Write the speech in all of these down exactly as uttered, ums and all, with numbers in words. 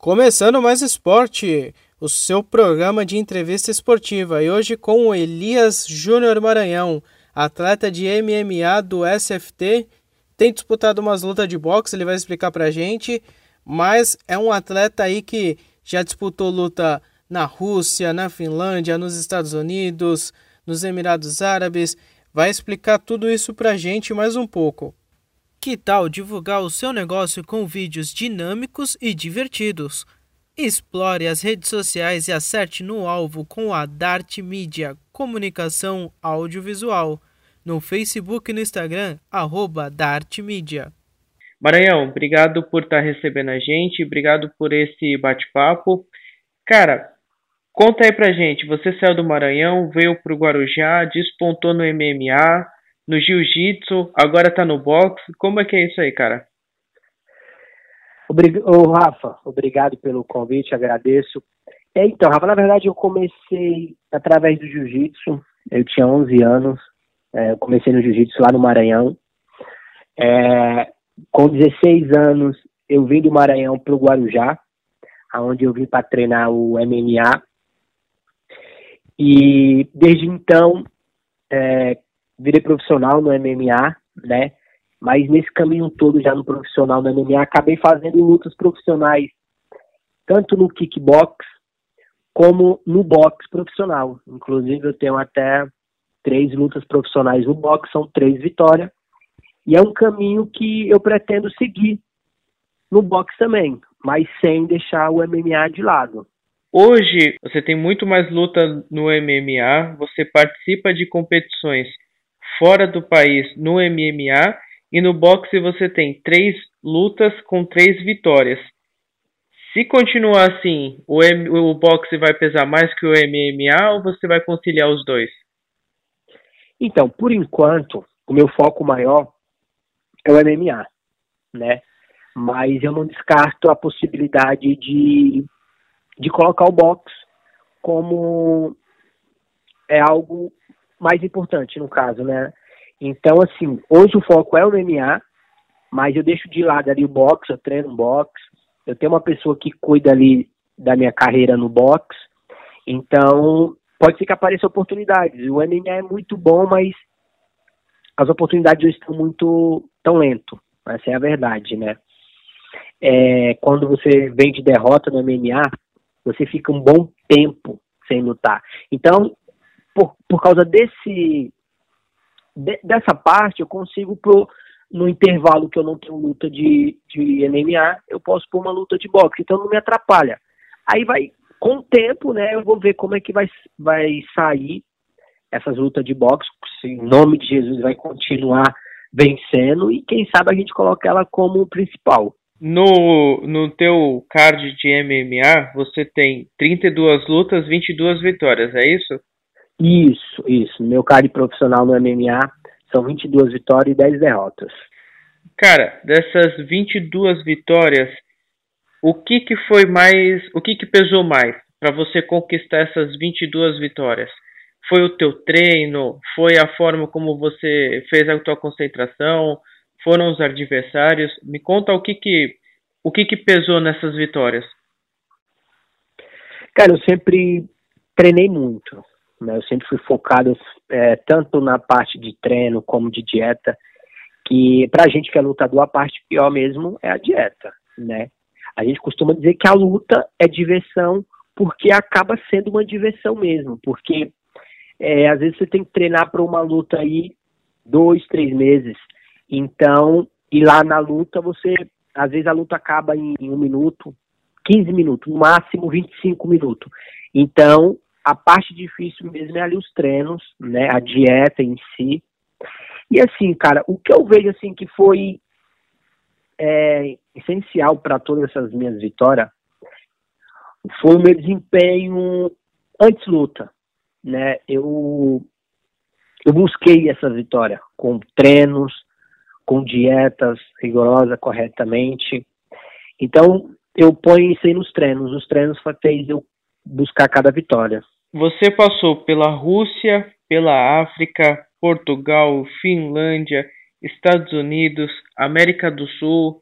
Começando mais esporte, o seu programa de entrevista esportiva, e hoje com o Elias Júnior Maranhão, atleta de M M A do S F T, tem disputado umas lutas de boxe, ele vai explicar pra gente, mas é um atleta aí que já disputou luta na Rússia, na Finlândia, nos Estados Unidos, nos Emirados Árabes, vai explicar tudo isso pra gente mais um pouco. Que tal divulgar o seu negócio com vídeos dinâmicos e divertidos? Explore as redes sociais e acerte no alvo com a Dart Media Comunicação Audiovisual. No Facebook e no Instagram, arroba Dart Media. Maranhão, obrigado por estar recebendo a gente, obrigado por esse bate-papo. Cara, conta aí pra gente, você saiu do Maranhão, veio pro Guarujá, despontou no M M A, no Jiu-Jitsu, agora tá no boxe. Como é que é isso aí, cara? Obrig... Ô, Rafa, obrigado pelo convite, agradeço. É, então, Rafa, na verdade eu comecei através do Jiu-Jitsu, eu tinha onze anos, é, eu comecei no Jiu-Jitsu lá no Maranhão. É, com dezesseis anos eu vim do Maranhão pro Guarujá, onde eu vim para treinar o M M A. E desde então, é, virei profissional no M M A, né? Mas nesse caminho todo já no profissional no M M A, acabei fazendo lutas profissionais, tanto no kickbox como no boxe profissional. Inclusive eu tenho até três lutas profissionais no boxe, são três vitórias. E é um caminho que eu pretendo seguir no boxe também, mas sem deixar o M M A de lado. Hoje você tem muito mais luta no M M A, você participa de competições fora do país no M M A, e no boxe você tem três lutas com três vitórias. Se continuar assim, o, M, o boxe vai pesar mais que o M M A ou você vai conciliar os dois? Então, por enquanto, o meu foco maior é o M M A, né? Mas eu não descarto a possibilidade de, de colocar o boxe como é algo mais importante no caso, né? Então, assim, hoje o foco é o M M A, mas eu deixo de lado ali o boxe, eu treino boxe, eu tenho uma pessoa que cuida ali da minha carreira no boxe, então pode ser que apareça oportunidades. O M M A é muito bom, mas as oportunidades hoje estão muito, tão lento, essa é a verdade, né? É, quando você vem de derrota no M M A, você fica um bom tempo sem lutar. Então, por, por causa desse... dessa parte, eu consigo pro, no intervalo que eu não tenho luta de, de M M A, eu posso pôr uma luta de boxe, então não me atrapalha. Aí vai, com o tempo, né, eu vou ver como é que vai, vai sair essas lutas de boxe, se em nome de Jesus vai continuar vencendo, e quem sabe a gente coloca ela como principal. No, no teu card de M M A, você tem trinta e duas lutas, vinte e duas vitórias, é isso? Isso, isso. Meu card profissional no M M A são vinte e duas vitórias e dez derrotas. Cara, dessas vinte e duas vitórias, o que que foi mais, o que que pesou mais para você conquistar essas vinte e duas vitórias? Foi o teu treino? Foi a forma como você fez a tua concentração? Foram os adversários? Me conta o que que, o que que pesou nessas vitórias. Cara, eu sempre treinei muito. Eu sempre fui focado é, tanto na parte de treino como de dieta, que pra gente que é lutador, a parte pior mesmo é a dieta, né? A gente costuma dizer que a luta é diversão porque acaba sendo uma diversão mesmo, porque é, às vezes você tem que treinar para uma luta aí dois, três meses, então, e lá na luta você, às vezes a luta acaba em um minuto, quinze minutos, no máximo vinte e cinco minutos, então a parte difícil mesmo é ali os treinos, né, a dieta em si. E assim, cara, o que eu vejo assim que foi é, essencial para todas essas minhas vitórias foi o meu desempenho antes luta, né? Eu eu busquei essa vitória com treinos, com dietas rigorosas corretamente. Então eu ponho isso aí nos treinos. Os treinos fez eu buscar cada vitória. Você passou pela Rússia, pela África, Portugal, Finlândia, Estados Unidos, América do Sul,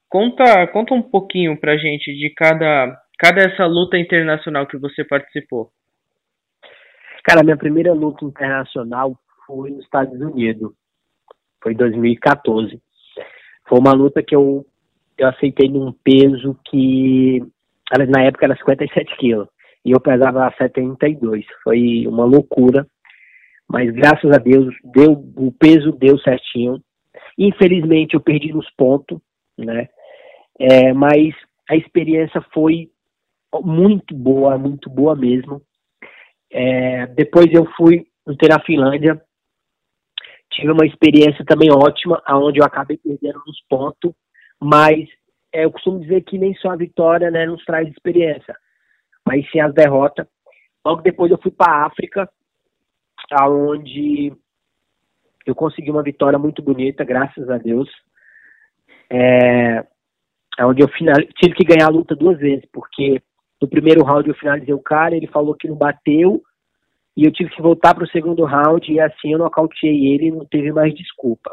Conta, conta um pouquinho pra gente de cada, cada essa luta internacional que você participou. Cara, minha primeira luta internacional foi nos Estados Unidos. Foi em dois mil e quatorze. Foi uma luta que eu, eu aceitei num peso que na época era cinquenta e sete quilos. E eu pesava setenta e dois. Foi uma loucura. Mas graças a Deus, deu, o peso deu certinho. Infelizmente eu perdi nos pontos, né? É, mas a experiência foi muito boa, muito boa mesmo. É, depois eu fui lutei na Finlândia, tive uma experiência também ótima, onde eu acabei perdendo nos pontos, mas é, eu costumo dizer que nem só a vitória, né, nos traz experiência, mas sim as derrotas. Logo depois eu fui para a África, onde eu consegui uma vitória muito bonita, graças a Deus. É, onde eu final... tive que ganhar a luta duas vezes, porque no primeiro round eu finalizei o cara, ele falou que não bateu, e eu tive que voltar para o segundo round, e assim eu nocauteei ele e não teve mais desculpa.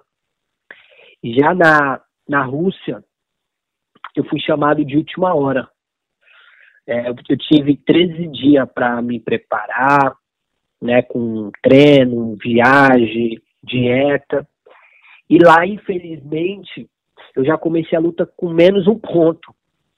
Já na, na Rússia, eu fui chamado de última hora. É, eu, eu tive treze dias para me preparar, né, com treino, viagem, dieta, e lá, infelizmente, eu já comecei a luta com menos um ponto.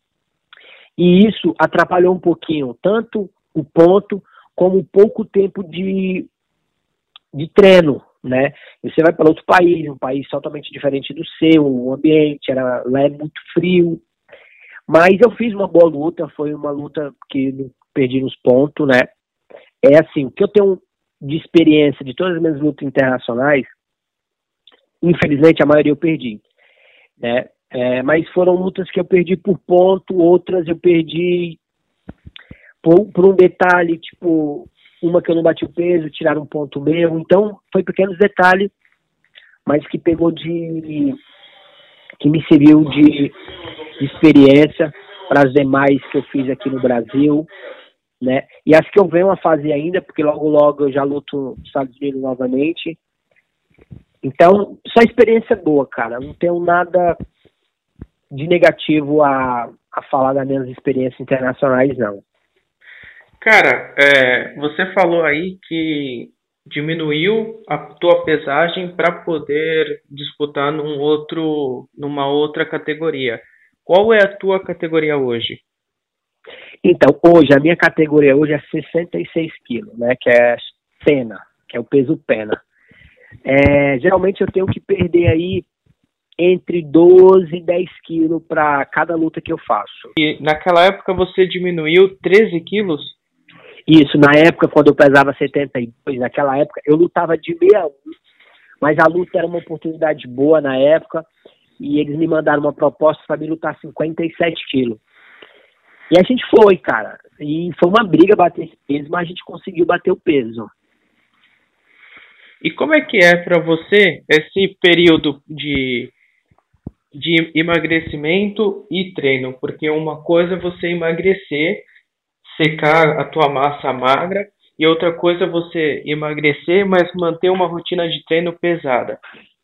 E isso atrapalhou um pouquinho, tanto o ponto, como pouco tempo de, de treino, né? Você vai para outro país, um país totalmente diferente do seu, o ambiente era, lá é muito frio. Mas eu fiz uma boa luta, foi uma luta que não perdi nos pontos, né? É assim, o que eu tenho de experiência de todas as minhas lutas internacionais, infelizmente a maioria eu perdi, né? É, mas foram lutas que eu perdi por ponto, outras eu perdi por, por um detalhe, tipo, uma que eu não bati o peso, tiraram um ponto meu. Então, foi pequenos detalhes, mas que pegou de... que me serviu de, de experiência para as demais que eu fiz aqui no Brasil, né? E acho que eu venho a fazer ainda, porque logo logo eu já luto nos Estados Unidos novamente. Então, só experiência boa, cara. Não tenho nada de negativo a, a falar das minhas experiências internacionais, não. Cara, é, você falou aí que diminuiu a tua pesagem para poder disputar num outro, numa outra categoria. Qual é a tua categoria hoje? Então, hoje, a minha categoria hoje é sessenta e seis quilos, né, que é pena, que é o peso pena. É, geralmente eu tenho que perder aí entre doze e dez quilos para cada luta que eu faço. E naquela época você diminuiu treze quilos? Isso, na época quando eu pesava setenta e dois, naquela época eu lutava de sessenta e um, mas a luta era uma oportunidade boa na época e eles me mandaram uma proposta para me lutar cinquenta e sete quilos. E a gente foi, cara, e foi uma briga bater esse peso, mas a gente conseguiu bater o peso. E como é que é para você esse período de de emagrecimento e treino? Porque uma coisa é você emagrecer, secar a tua massa magra, e outra coisa é você emagrecer, mas manter uma rotina de treino pesada.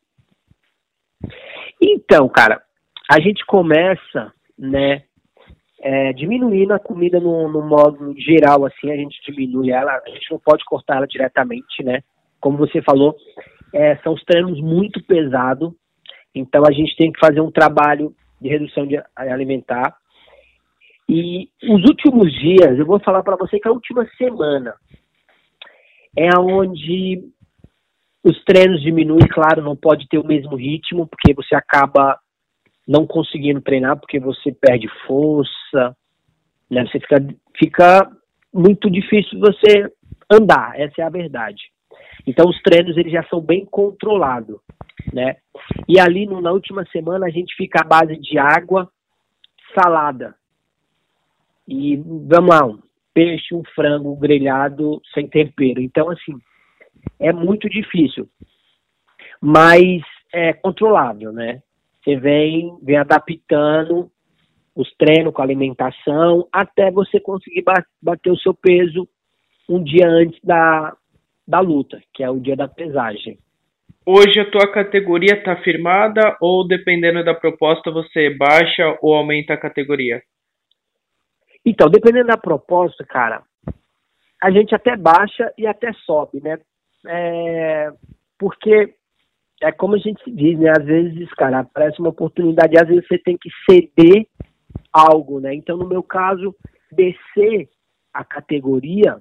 Então, cara, a gente começa, né, é, diminuindo a comida no, no modo geral, assim, a gente diminui ela, a gente não pode cortar ela diretamente, né? Como você falou, é, são os treinos muito pesados, então a gente tem que fazer um trabalho de redução de alimentar. E os últimos dias, eu vou falar para você que a última semana é onde os treinos diminuem, claro, não pode ter o mesmo ritmo, porque você acaba não conseguindo treinar, porque você perde força, né? Você fica, fica muito difícil você andar, essa é a verdade. Então os treinos eles já são bem controlados, né? E ali no, na última semana a gente fica à base de água, salada. E vamos lá, um peixe, um frango grelhado sem tempero. Então, assim, é muito difícil, mas é controlável, né? Você vem, vem adaptando os treinos com a alimentação até você conseguir bater o seu peso um dia antes da, da luta, que é o dia da pesagem. hoje a tua categoria está firmada ou dependendo da proposta você baixa ou aumenta a categoria? Então, dependendo da proposta, cara, a gente até baixa e até sobe, né? É, porque é como a gente diz, né? Às vezes, cara, aparece uma oportunidade, às vezes você tem que ceder algo, né? Então, no meu caso, descer a categoria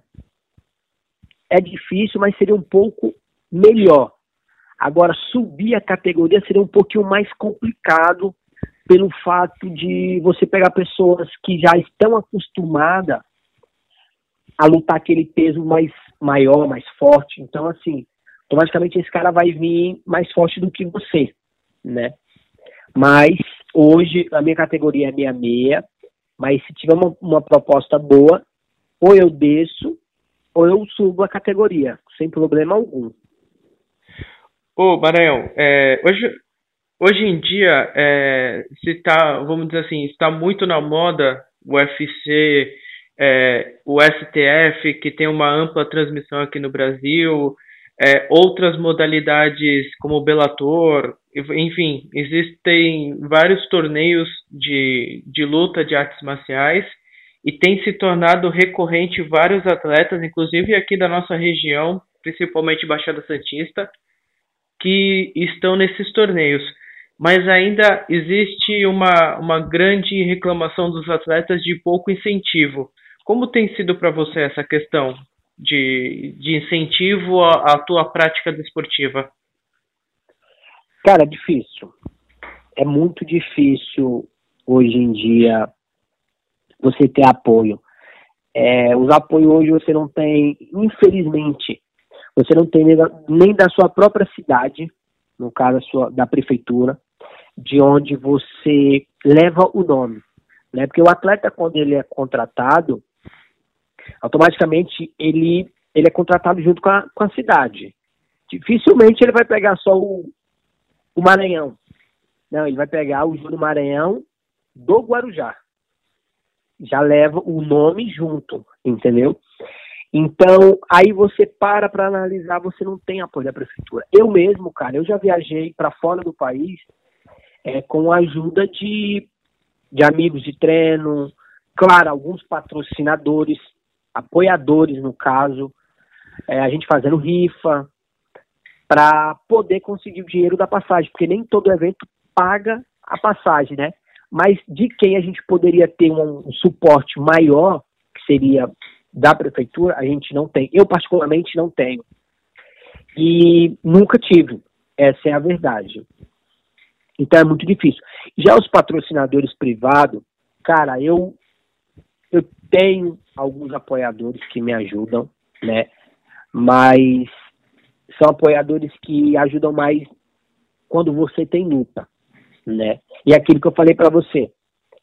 é difícil, mas seria um pouco melhor. Agora, subir a categoria seria um pouquinho mais complicado pelo fato de você pegar pessoas que já estão acostumadas a lutar aquele peso mais maior, mais forte. Então, assim, automaticamente esse cara vai vir mais forte do que você, né? Mas, hoje, a minha categoria é sessenta e seis, mas se tiver uma, uma proposta boa, ou eu desço, ou eu subo a categoria, sem problema algum. Ô, Maranhão, é, hoje, hoje em dia, é, se tá, vamos dizer assim, está muito na moda o U F C, é, o S T F, que tem uma ampla transmissão aqui no Brasil, é, outras modalidades como o Bellator, enfim, existem vários torneios de, de luta de artes marciais e tem se tornado recorrente vários atletas, inclusive aqui da nossa região, principalmente Baixada Santista, que estão nesses torneios. Mas ainda existe uma, uma grande reclamação dos atletas de pouco incentivo. Como tem sido para você essa questão de, de incentivo à, à tua prática desportiva? Cara, é difícil. É muito difícil hoje em dia você ter apoio. É, os apoios hoje você não tem, infelizmente, você não tem nem da, nem da sua própria cidade, no caso da, sua, da prefeitura, de onde você leva o nome, né? Porque o atleta, quando ele é contratado, automaticamente ele, ele é contratado junto com a, com a cidade. Dificilmente ele vai pegar só o, o Maranhão. Não, ele vai pegar o Júnior Maranhão do Guarujá. Já leva o nome junto, entendeu? Então, aí você para para analisar, você não tem apoio da prefeitura. Eu mesmo, cara, eu já viajei para fora do país é, com a ajuda de, de amigos de treino, claro, alguns patrocinadores, apoiadores no caso, é, a gente fazendo rifa, para poder conseguir o dinheiro da passagem, porque nem todo evento paga a passagem, né? Mas de quem a gente poderia ter um, um suporte maior, que seria da prefeitura, a gente não tem. Eu, particularmente, não tenho. E nunca tive. Essa é a verdade. Então, é muito difícil. Já os patrocinadores privados, cara, eu, eu tenho alguns apoiadores que me ajudam, né? Mas são apoiadores que ajudam mais quando você tem luta, né? E aquilo que eu falei para você,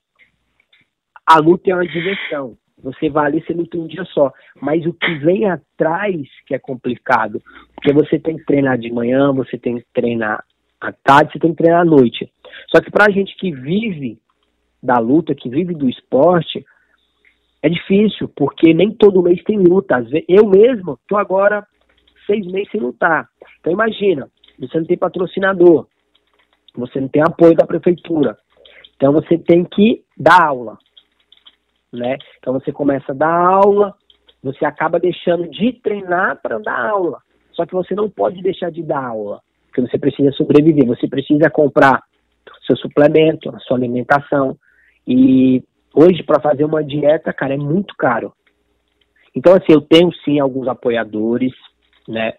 a luta é uma diversão. Você vai ali, você luta um dia só. Mas o que vem atrás que é complicado. Porque você tem que treinar de manhã, você tem que treinar à tarde, você tem que treinar à noite. Só que pra gente que vive da luta, que vive do esporte, é difícil, porque nem todo mês tem luta. Eu mesmo tô agora seis meses sem lutar. Então imagina, você não tem patrocinador, você não tem apoio da prefeitura. Então você tem que dar aula. Né? Então você começa a dar aula, você acaba deixando de treinar para dar aula. Só que você não pode deixar de dar aula, porque você precisa sobreviver, você precisa comprar seu suplemento, a sua alimentação. E hoje, para fazer uma dieta, cara, é muito caro. Então, assim, eu tenho sim alguns apoiadores, né?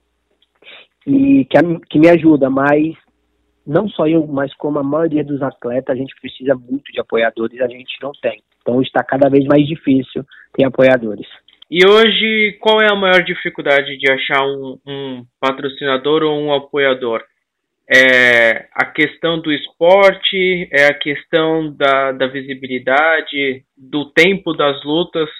E que, que me ajudam, mas não só eu, mas como a maioria dos atletas, a gente precisa muito de apoiadores, a gente não tem. Então está cada vez mais difícil ter apoiadores. E hoje, qual é a maior dificuldade de achar um, um patrocinador ou um apoiador? É a questão do esporte, é a questão da, da visibilidade, do tempo das lutas?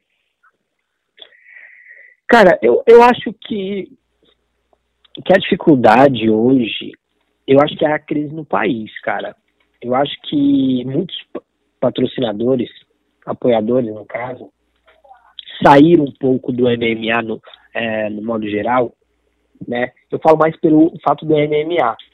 Cara, eu, eu acho que, que a dificuldade hoje, eu acho que é a crise no país, cara. Eu acho que muitos patrocinadores, apoiadores no caso, saíram um pouco do M M A no, é, no modo geral, né? Eu falo mais pelo fato do M M A,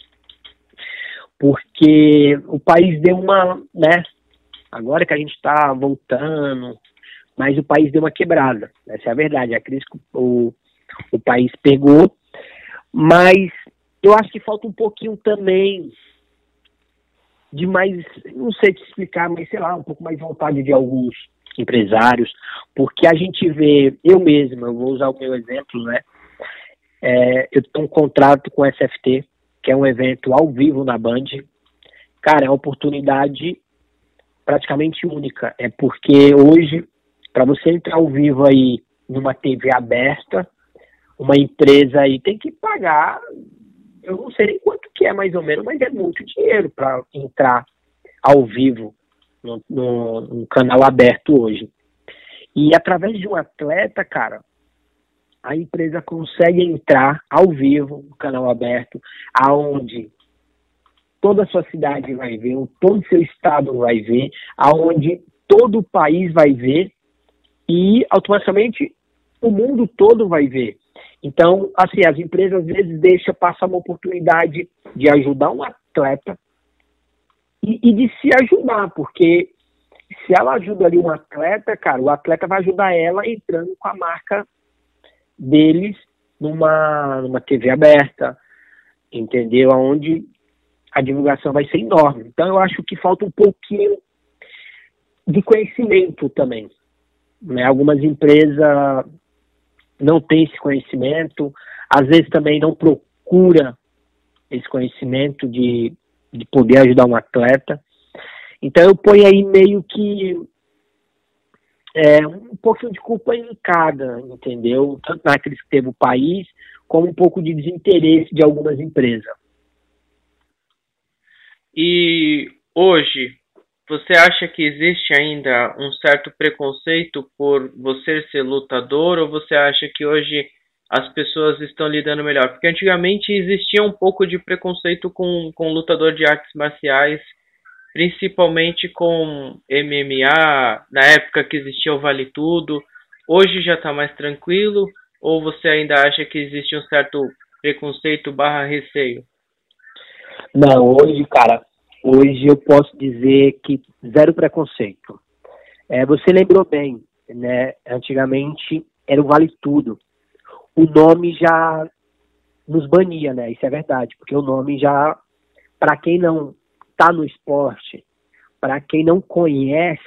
porque o país deu uma, né? Agora que a gente está voltando, mas o país deu uma quebrada, essa é a verdade, a crise que o, o país pegou, mas eu acho que falta um pouquinho também de mais, não sei te explicar, mas sei lá, um pouco mais vontade de alguns empresários, porque a gente vê, eu mesmo, eu vou usar o meu exemplo, né? É, eu tenho um contrato com o S F T, que é um evento ao vivo na Band. Cara, é uma oportunidade praticamente única. É porque hoje, para você entrar ao vivo aí numa T V aberta, uma empresa aí tem que pagar, eu não sei nem quanto que é mais ou menos, mas é muito dinheiro para entrar ao vivo no, no, no canal aberto hoje. E através de um atleta, cara, a empresa consegue entrar ao vivo no canal aberto, aonde toda a sua cidade vai ver, todo o seu estado vai ver, aonde todo o país vai ver e automaticamente o mundo todo vai ver. Então, assim, as empresas às vezes deixam passar uma oportunidade de ajudar um atleta e, e de se ajudar, porque se ela ajuda ali um atleta, cara, o atleta vai ajudar ela entrando com a marca deles numa, numa T V aberta, entendeu? Onde a divulgação vai ser enorme. Então, eu acho que falta um pouquinho de conhecimento também, né? Algumas empresas não têm esse conhecimento, às vezes também não procura esse conhecimento de, de poder ajudar um atleta. Então, eu ponho aí meio que é, um pouquinho de culpa em cada, entendeu? Tanto na crise que teve o país, como um pouco de desinteresse de algumas empresas. E hoje, você acha que existe ainda um certo preconceito por você ser lutador, ou você acha que hoje as pessoas estão lidando melhor? Porque antigamente existia um pouco de preconceito com, com lutador de artes marciais, principalmente com M M A, na época que existia o Vale Tudo. Hoje já está mais tranquilo, ou você ainda acha que existe um certo preconceito barra receio? Não, hoje, cara, hoje eu posso dizer que zero preconceito. É, você lembrou bem, né? Antigamente era o Vale Tudo. O nome já nos bania, né? Isso é verdade, porque o nome já, para quem não está no esporte, para quem não conhece,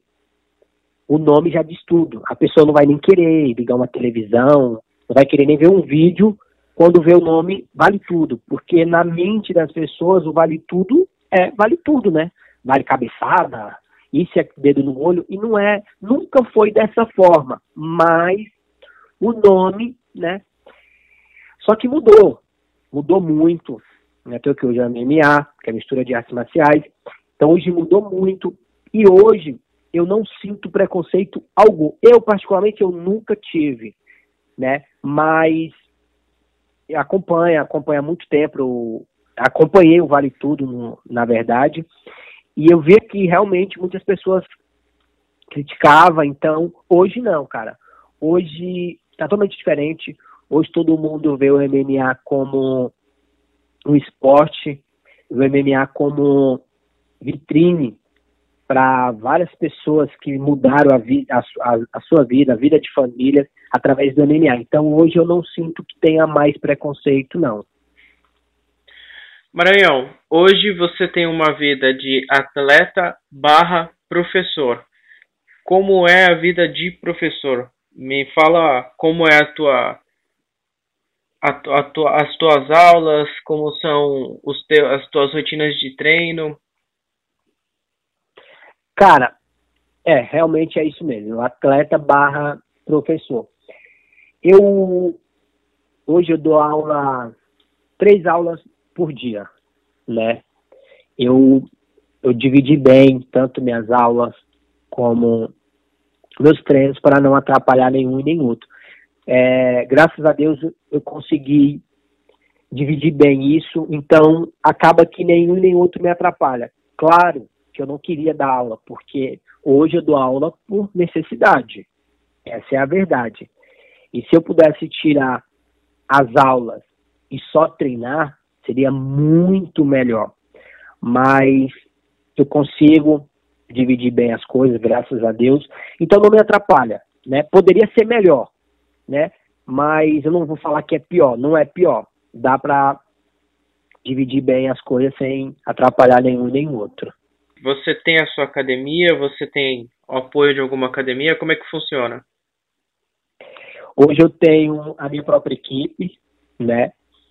o nome já diz tudo. A pessoa não vai nem querer ligar uma televisão, não vai querer nem ver um vídeo quando vê o nome Vale Tudo, porque na mente das pessoas o Vale Tudo é Vale Tudo, né? Vale cabeçada, isso é dedo no olho, e não é, nunca foi dessa forma, mas o nome, né? Só que mudou, mudou muito, né? Tem o que hoje é M M A, que é mistura de artes marciais, então hoje mudou muito, e hoje eu não sinto preconceito algum. Eu, particularmente, eu nunca tive, né? Mas acompanha, acompanha há muito tempo, eu acompanhei o Vale Tudo, no, na verdade, e eu vi que realmente muitas pessoas criticavam, então hoje não, cara. Hoje tá totalmente diferente. Hoje todo mundo vê o M M A como um esporte, o M M A como vitrine para várias pessoas que mudaram a, vi a, a, a sua vida, a vida de família, através do M M A. Então, hoje eu não sinto que tenha mais preconceito, não. Maranhão, hoje você tem uma vida de atleta barra professor. Como é a vida de professor? Me fala como é a tua, a, a tua, as tuas aulas, como são os teus, as tuas rotinas de treino. Cara, é, realmente é isso mesmo, atleta barra professor. Eu, hoje eu dou aula, três aulas por dia, né? Eu, eu dividi bem tanto minhas aulas como meus treinos para não atrapalhar nenhum e nem outro. É, graças a Deus eu consegui dividir bem isso, então acaba que nenhum e nem outro me atrapalha. Claro que eu não queria dar aula, porque hoje eu dou aula por necessidade. Essa é a verdade. E se eu pudesse tirar as aulas e só treinar, seria muito melhor. Mas eu consigo dividir bem as coisas, graças a Deus. Então não me atrapalha, né? Poderia ser melhor, né? Mas eu não vou falar que é pior, não é pior. Dá para dividir bem as coisas sem atrapalhar nenhum nem outro. Você tem a sua academia, você tem o apoio de alguma academia, como é que funciona? Hoje eu tenho a minha própria equipe, né?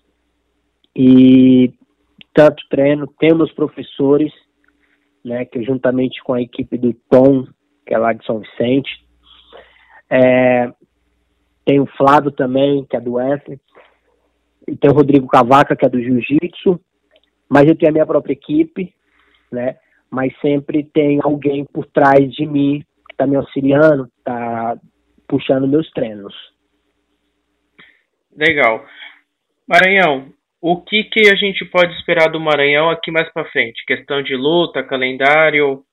E tanto treino, temos professores, né? Que juntamente com a equipe do Tom, que é lá de São Vicente, é, tem o Flávio também, que é do Wesley, e tem o Rodrigo Cavaca, que é do Jiu-Jitsu, mas eu tenho a minha própria equipe, né? Mas sempre tem alguém por trás de mim que está me auxiliando, está puxando meus treinos. Legal. Maranhão, o que, que a gente pode esperar do Maranhão aqui mais para frente? Questão de luta, calendário?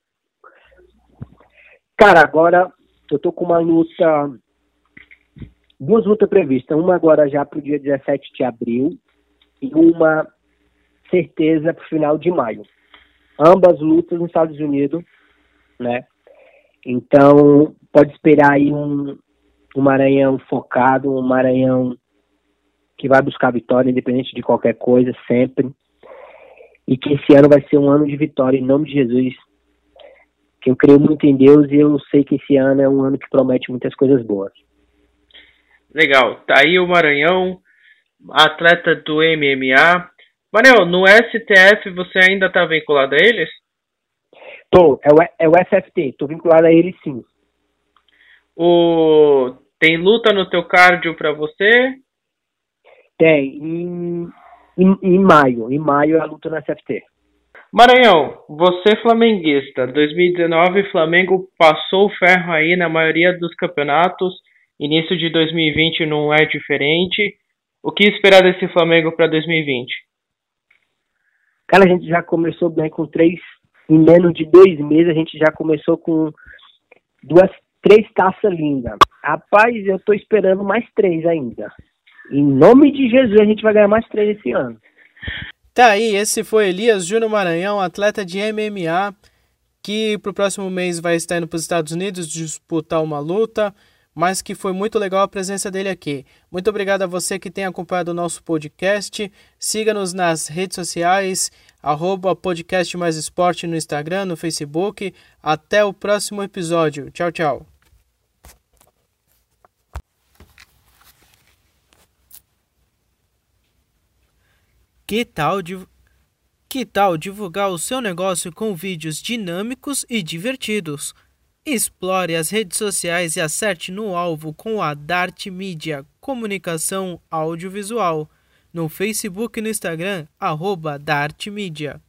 Cara, agora eu tô com uma luta, duas lutas previstas. Uma agora já para o dia dezessete de abril e uma certeza para o final de maio. Ambas lutas nos Estados Unidos, né? Então, pode esperar aí um, um Maranhão focado, um Maranhão que vai buscar vitória, independente de qualquer coisa, sempre. E que esse ano vai ser um ano de vitória, em nome de Jesus. Que eu creio muito em Deus e eu sei que esse ano é um ano que promete muitas coisas boas. Legal. Tá aí o Maranhão, atleta do M M A. Maranhão, no S T F você ainda tá vinculado a eles? Tô, é o, é o S F T, tô vinculado a eles sim. O... Tem luta no teu cardio pra você? Tem, em, em, em maio. Em maio é a luta no S F T. Maranhão, você flamenguista. dois mil e dezenove, Flamengo passou o ferro aí na maioria dos campeonatos. Início de dois mil e vinte não é diferente. O que esperar desse Flamengo para dois mil e vinte? Cara, a gente já começou bem com três... Em menos de dois meses a gente já começou com duas, três taças lindas. Rapaz, eu tô esperando mais três ainda. Em nome de Jesus a gente vai ganhar mais três esse ano. Tá aí, esse foi Elias Júnior Maranhão, atleta de M M A, que pro próximo mês vai estar indo para os Estados Unidos disputar uma luta, mas que foi muito legal a presença dele aqui. Muito obrigado a você que tem acompanhado o nosso podcast. Siga-nos nas redes sociais, arroba podcast mais esporte no Instagram, no Facebook. Até o próximo episódio. Tchau, tchau. Que tal, div... que tal divulgar o seu negócio com vídeos dinâmicos e divertidos? Explore as redes sociais e acerte no alvo com a Dart Mídia, comunicação audiovisual. No Facebook e no Instagram, arroba Dart Mídia.